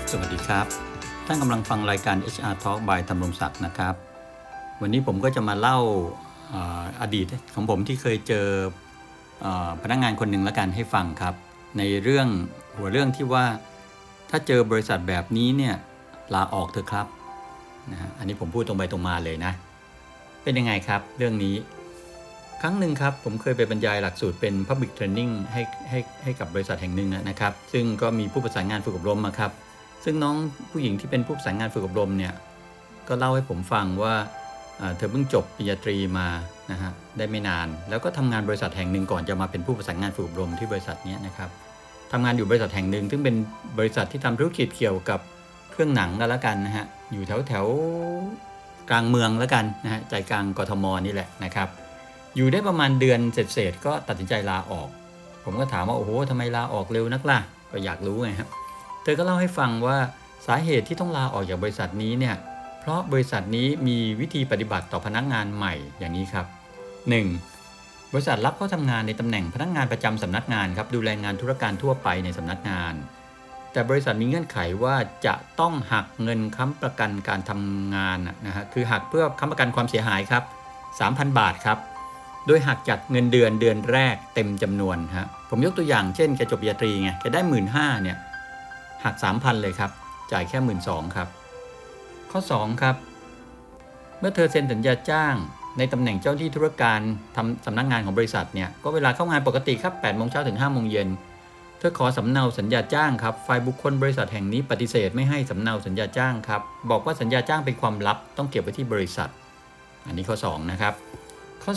สวัสดีครับท่านกำลังฟังรายการ HR Talk by ธำรงศักดิ์นะครับวันนี้ผมก็จะมาเล่าอดีตของผมที่เคยเจอพนักงานคนหนึ่งละกันให้ฟังครับในหัวเรื่องที่ว่าถ้าเจอบริษัทแบบนี้เนี่ยลาออกเถอะครับนะฮะอันนี้ผมพูดตรงไปตรงมาเลยนะเป็นยังไงครับเรื่องนี้ครั้งหนึ่งครับผมเคยไปบรรยายหลักสูตรเป็น Public Training ให้กับบริษัทแห่งหนึ่งนะครับซึ่งก็มีผู้ประสานงานฝึกอบรมมาครับซึ่งน้องผู้หญิงที่เป็นผู้ประสานงานฝึกอบรมเนี่ยก็เล่าให้ผมฟังว่าเธอเพิ่งจบปริญญาตรีมานะฮะได้ไม่นานแล้วก็ทำงานบริษัทแห่งหนึ่งก่อนจะมาเป็นผู้ประสานงานฝึกอบรมที่บริษัทนี้นะครับทำงานอยู่บริษัทแห่งหนึ่งซึ่งเป็นบริษัทที่ทำธุรกิจเกี่ยวกับเครื่องหนังก็แล้วกันนะฮะอยู่แถวกลางเมืองแล้วกันนะฮะใจกลางกทมนี่แหละนะครับอยู่ได้ประมาณเดือนเศษก็ตัดสินใจลาออกผมก็ถามว่าโอ้โหทำไมลาออกเร็วนักล่ะก็อยากรู้ไงครับเธอก็เล่าให้ฟังว่าสาเหตุที่ต้องลาออกจากบริษัทนี้เนี่ยเพราะบริษัทนี้มีวิธีปฏิบัติต่อพนักงานใหม่อย่างนี้ครับ 1. บริษัทรับเข้าทำงานในตำแหน่งพนักงานประจำสำนักงานครับดูแลงานธุรการทั่วไปในสำนักงานแต่บริษัทมีเงื่อนไขว่าจะต้องหักเงินค้ำประกันการทำงานนะฮะคือหักเพื่อค้ำประกันความเสียหายครับ 3,000 บาทครับโดยหักจากเงินเดือนแรกเต็มจำนวนฮะผมยกตัวอย่างเช่นแกจบปริญญาตรีไงแกได้ 15,000 เนี่ยหัก 3,000 เลยครับจ่ายแค่ 12,000 ครับข้อ 2 ครับเมื่อเธอเซ็นสัญญาจ้างในตำแหน่งเจ้าหน้าที่ธุรการทำสำนักงานของบริษัทเนี่ยก็เวลาเข้างานปกติครับ 8 โมงเช้าถึง 5 โมงเย็นเธอขอสำเนาสัญญาจ้างครับฝ่ายบุคคลบริษัทแห่งนี้ปฏิเสธไม่ให้สำเนาสัญญาจ้างครับบอกว่าสัญญาจ้างเป็นความลับต้องเก็บไว้ที่บริษัทอันนี้ข้อ 2 นะครับข้อ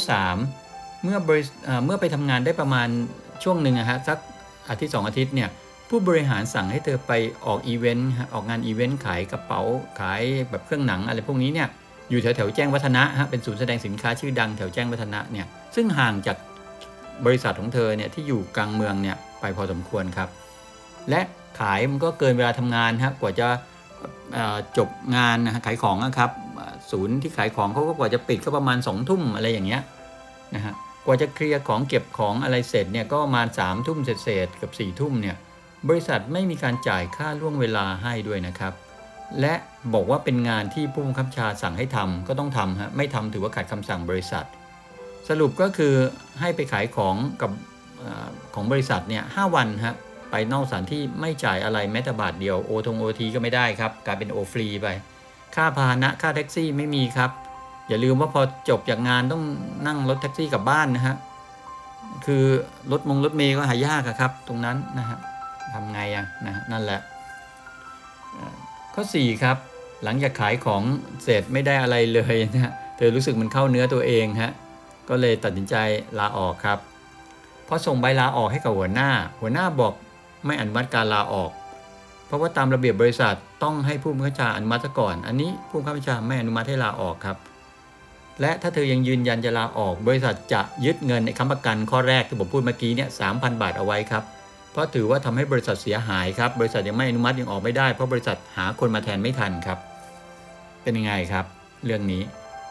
3 เมื่อไปทำงานได้ประมาณช่วงหนึ่งสักอาทิตย์ 2 อาทิตย์เนี่ยผู้บริหารสั่งให้เธอไปออกอีเวนต์ออกงานอีเวนต์ขายกระเป๋าขายแบบเครื่องหนังอะไรพวกนี้เนี่ยอยู่แถวแจ้งวัฒนะเป็นศูนย์แสดงสินค้าชื่อดังแถวแจ้งวัฒนะเนี่ยซึ่งห่างจากบริษัทของเธอเนี่ยที่อยู่กลางเมืองเนี่ยไปพอสมควรครับและขายมันก็เกินเวลาทำงานกว่าจะจบงานขายของนะครับศูนย์ที่ขายของเขาก็กว่าจะปิดก็ประมาณ2 ทุ่มอะไรอย่างเงี้ยนะฮะกว่าจะเคลียร์ของเก็บของอะไรเสร็จเนี่ยก็ประมาณ3 ทุ่มเศษกับ4 ทุ่มเนี่ยบริษัทไม่มีการจ่ายค่าล่วงเวลาให้ด้วยนะครับและบอกว่าเป็นงานที่ผู้บังคับบัญชาสั่งให้ทำก็ต้องทำไม่ทำถือว่าขัดคำสั่งบริษัทสรุปก็คือให้ไปขายของกับของบริษัทเนี่ย5 วันไปนอกสถานที่ไม่จ่ายอะไรแม้แต่บาทเดียวโอทีก็ไม่ได้ครับกลายเป็นโอฟรีไปค่าพาหนะค่าแท็กซี่ไม่มีครับอย่าลืมว่าพอจบจากงานต้องนั่งรถแท็กซี่กลับบ้านนะฮะคือรถเมล์ก็หายากครับตรงนั้นนะฮะทำไงนั่นแหละข้อ 4 ครับหลังจากขายของเสร็จไม่ได้อะไรเลยนะฮะเธอรู้สึกมันเข้าเนื้อตัวเองก็เลยตัดสินใจลาออกครับพอส่งใบลาออกให้กับหัวหน้าบอกไม่อนุมัติการลาออกเพราะว่าตามระเบียบบริษัทต้องให้ผู้บังคับบัญชาอนุมัติซะก่อนอันนี้ผู้บังคับบัญชาไม่อนุมัติให้ลาออกครับและถ้าเธอยังยืนยันจะลาออกบริษัทจะยึดเงินในค้ำประกันข้อแรกที่ผมพูดเมื่อกี้เนี่ย 3,000 บาทเอาไว้ครับเพราะถือว่าทำให้บริษัทเสียหายครับบริษัทยังไม่อนุมัติยังออกไม่ได้เพราะบริษัทหาคนมาแทนไม่ทันครับเป็นยังไงครับเรื่องนี้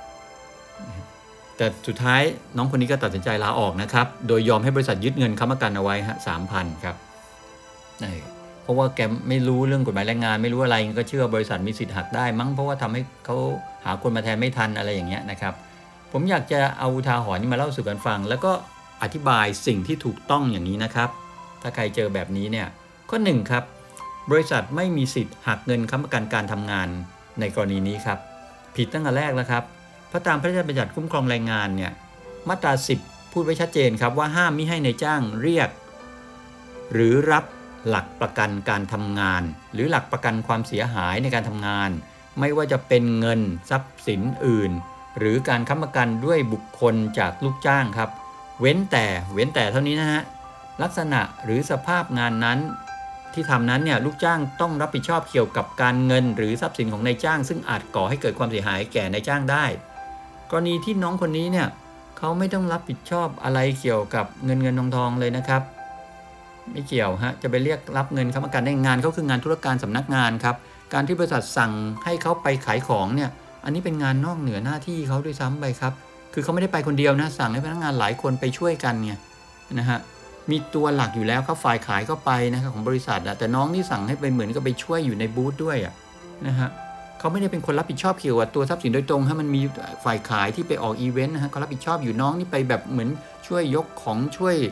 แต่สุดท้ายน้องคนนี้ก็ตัดสินใจลาออกนะครับโดยยอมให้บริษัทยึดเงินค้ำประกันเอาไว้ 3,000 ครับเพราะว่าแกไม่รู้เรื่องกฎหมายแรงงานไม่รู้อะไรก็เชื่อบริษัทมีสิทธิ์หักได้มั้งเพราะว่าทำให้เขาหาคนมาแทนไม่ทันอะไรอย่างเงี้ยนะครับผมอยากจะเอาอุทาหรณ์นี้มาเล่าสู่กันฟังแล้วก็อธิบายสิ่งที่ถูกต้องอย่างนี้นะครับถ้าใครเจอแบบนี้เนี่ยข้อ 1 ครับบริษัทไม่มีสิทธิ์หักเงินค้ำประกันการทำงานในกรณีนี้ครับผิดตั้งแต่แรกแล้วครับเพราะตามพระราชบัญญัติคุ้มครองแรงงานเนี่ยมาตรา 10 พูดไว้ชัดเจนครับว่าห้ามมิให้นายจ้างเรียกหรือรับหลักประกันการทำงานหรือหลักประกันความเสียหายในการทำงานไม่ว่าจะเป็นเงินทรัพย์สินอื่นหรือการค้ำประกันด้วยบุคคลจากลูกจ้างครับเว้นแต่เท่านี้นะฮะลักษณะหรือสภาพงานนั้นที่ทำนั้นเนี่ยลูกจ้างต้องรับผิดชอบเกี่ยวกับการเงินหรือทรัพย์สินของนายจ้างซึ่งอาจก่อให้เกิดความเสียหายแก่นายจ้างได้กรณีที่น้องคนนี้เนี่ยเขาไม่ต้องรับผิดชอบอะไรเกี่ยวกับเงินทองเลยนะครับไม่เกี่ยวจะไปเรียกรับเงินค้ำประกันได้งานเขาคืองานธุรการสำนักงานครับการที่บริษัทสั่งให้เขาไปขายของเนี่ยอันนี้เป็นงานนอกเหนือหน้าที่เขาด้วยซ้ำไปครับคือเขาไม่ได้ไปคนเดียวนะสั่งให้พนักงานหลายคนไปช่วยกันไงนะฮะมีตัวหลักอยู่แล้วครับฝ่ายขายเข้าไปนะครับของบริษัทแต่น้องนี่สั่งให้ไปเหมือนกับไปช่วยอยู่ในบูธด้วยนะฮะเขาไม่ได้เป็นคนรับผิดชอบเกี่ยวกับตัวทรัพย์สินโดยตรงให้มันมีฝ่ายขายที่ไปออกอีเวนต์นะฮะเขารับผิดชอบอยู่น้องนี่ไปแบบเหมือนช่วยยกของช่วย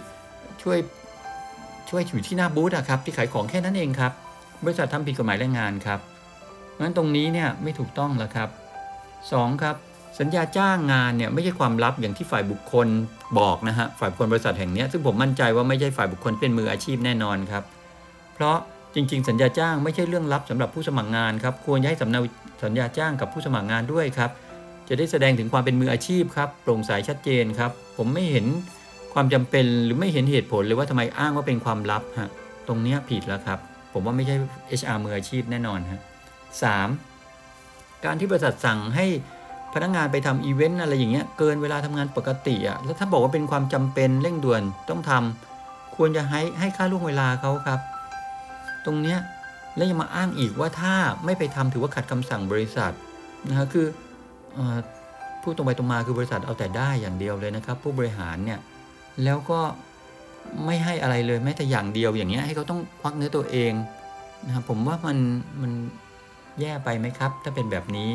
อยู่ที่หน้าบูธครับที่ขายของแค่นั้นเองครับบริษัททำผิดกฎหมายแรงงานครับงั้นตรงนี้เนี่ยไม่ถูกต้องแล้วครับ2ครับสัญญาจ้างงานเนี่ยไม่ใช่ความลับอย่างที่ฝ่ายบุคคลบอกนะฮะฝ่ายบุคคลบริษัทแห่งนี้ซึ่งผมมั่นใจว่าไม่ใช่ฝ่ายบุคคลเป็นมืออาชีพแน่นอนครับเพราะจริงๆสัญญาจ้างไม่ใช่เรื่องลับสำหรับผู้สมัครงานครับควรให้สำเนาสัญญาจ้างกับผู้สมัครงานด้วยครับจะได้แสดงถึงความเป็นมืออาชีพครับโปร่งใสชัดเจนครับผมไม่เห็นความจำเป็นหรือไม่เห็นเหตุผลเลยว่าทำไมอ้างว่าเป็นความลับฮะตรงนี้ผิดแล้วครับผมว่าไม่ใช่ HR มืออาชีพแน่นอนฮะ3การที่บริษัทสั่งให้พนักงานไปทำอีเวนต์อะไรอย่างเงี้ยเกินเวลาทำงานปกติแล้วถ้าบอกว่าเป็นความจำเป็นเร่งด่วนต้องทำควรจะให้ค่าล่วงเวลาเขาครับตรงเนี้ยแล้วยังมาอ้างอีกว่าถ้าไม่ไปทำถือว่าขัดคำสั่งบริษัทนะคือพูดตรงไปตรงมาคือบริษัทเอาแต่ได้อย่างเดียวเลยนะครับผู้บริหารเนี่ยแล้วก็ไม่ให้อะไรเลยแม้แต่อย่างเดียวอย่างเงี้ยให้เขาต้องควักเนื้อตัวเองนะครับผมว่ามันแย่ไปไหมครับถ้าเป็นแบบนี้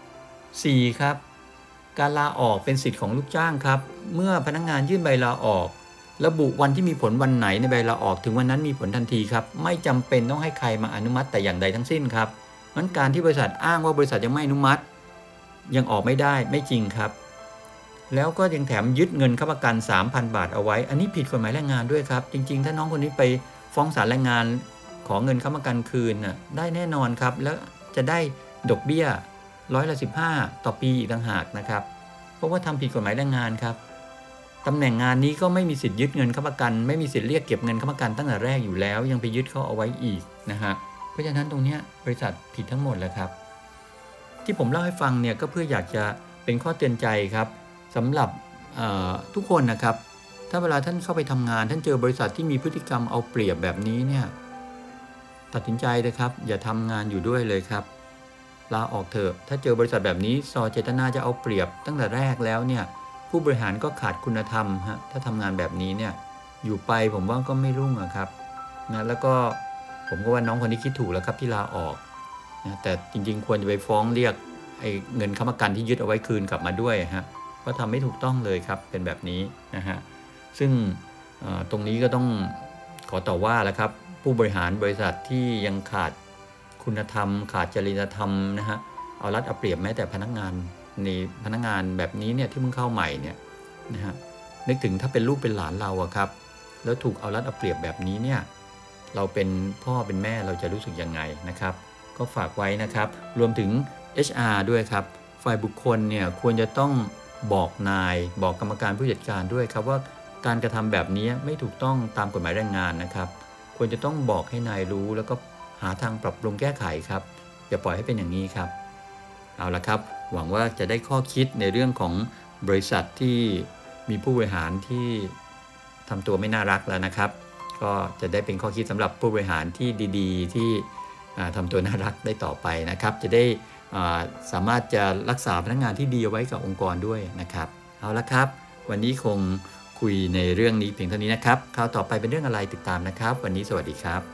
4ครับการลาออกเป็นสิทธิ์ของลูกจ้างครับเมื่อพนักงานยื่นใบลาออกระบุวันที่มีผลวันไหนในใบลาออกถึงวันนั้นมีผลทันทีครับไม่จำเป็นต้องให้ใครมาอนุมัติแต่อย่างใดทั้งสิ้นครับงั้นการที่บริษัทอ้างว่าบริษัทยังไม่อนุมัติยังออกไม่ได้ไม่จริงครับแล้วก็ยังแถมยึดเงินค้ำประกัน 3,000 บาทเอาไว้อันนี้ผิดกฎหมายแรงงานด้วยครับจริงๆถ้าน้องคนนี้ไปฟ้องศาลแรงงานขอเงินค้ำประกันคืนได้แน่นอนครับแล้วจะได้ดอกเบี้ย15%ต่อปีอีกต่างหากนะครับเพราะว่าทำผิดกฎหมายแรงงานครับตำแหน่งงานนี้ก็ไม่มีสิทธิ์ยึดเงินค้ำประกันไม่มีสิทธิ์เรียกเก็บเงินค้ำประกันตั้งแต่แรกอยู่แล้วยังไปยึดเขาเอาไว้อีกนะฮะเพราะฉะนั้นตรงนี้บริษัทผิดทั้งหมดแล้วครับที่ผมเล่าให้ฟังเนี่ยก็เพื่ออยากจะเป็นข้อเตือนใจครับสำหรับทุกคนนะครับถ้าเวลาท่านเข้าไปทำงานท่านเจอบริษัทที่มีพฤติกรรมเอาเปรียบแบบนี้เนี่ยตัดสินใจเลยครับอย่าทำงานอยู่ด้วยเลยครับลาออกเถอะถ้าเจอบริษัทแบบนี้ส่อเจตนาจะเอาเปรียบตั้งแต่แรกแล้วเนี่ยผู้บริหารก็ขาดคุณธรรมฮะถ้าทำงานแบบนี้เนี่ยอยู่ไปผมว่าก็ไม่รุ่งครับนะแล้วก็ผมก็ว่าน้องคนนี้คิดถูกแล้วครับที่ลาออกนะแต่จริงๆควรจะไปฟ้องเรียกเงินค้ำประกันที่ยึดเอาไว้คืนกลับมาด้วยฮะเพราะทำไม่ถูกต้องเลยครับเป็นแบบนี้นะฮะซึ่งตรงนี้ก็ต้องขอต่อว่าแล้วครับผู้บริหารบริษัทที่ยังขาดคุณธรรมขาดจริยธรรมนะฮะเอารัดเอาเปรียบแม้แต่พนักงานแบบนี้เนี่ยที่เพิ่งเข้าใหม่เนี่ยนะฮะนึกถึงถ้าเป็นลูกเป็นหลานเราครับแล้วถูกเอารัดเอาเปรียบแบบนี้เนี่ยเราเป็นพ่อเป็นแม่เราจะรู้สึกยังไงนะครับก็ฝากไว้นะครับรวมถึง HR ด้วยครับฝ่ายบุคคลเนี่ยควรจะต้องบอกนายบอกกรรมการผู้จัดการด้วยครับว่าการกระทำแบบนี้ไม่ถูกต้องตามกฎหมายแรงงานนะครับควรจะต้องบอกให้นายรู้แล้วก็หาทางปรับปรุงแก้ไขครับอย่าปล่อยให้เป็นอย่างนี้ครับเอาละครับหวังว่าจะได้ข้อคิดในเรื่องของบริษัทที่มีผู้บริหารที่ทำตัวไม่น่ารักแล้วนะครับก็จะได้เป็นข้อคิดสำหรับผู้บริหารที่ดีๆที่ทำตัวน่ารักได้ต่อไปนะครับจะได้สามารถจะรักษาพนักงานที่ดีเอาไว้กับองค์กรด้วยนะครับเอาละครับวันนี้คงคุยในเรื่องนี้เพียงเท่านี้นะครับคราวต่อไปเป็นเรื่องอะไรติดตามนะครับวันนี้สวัสดีครับ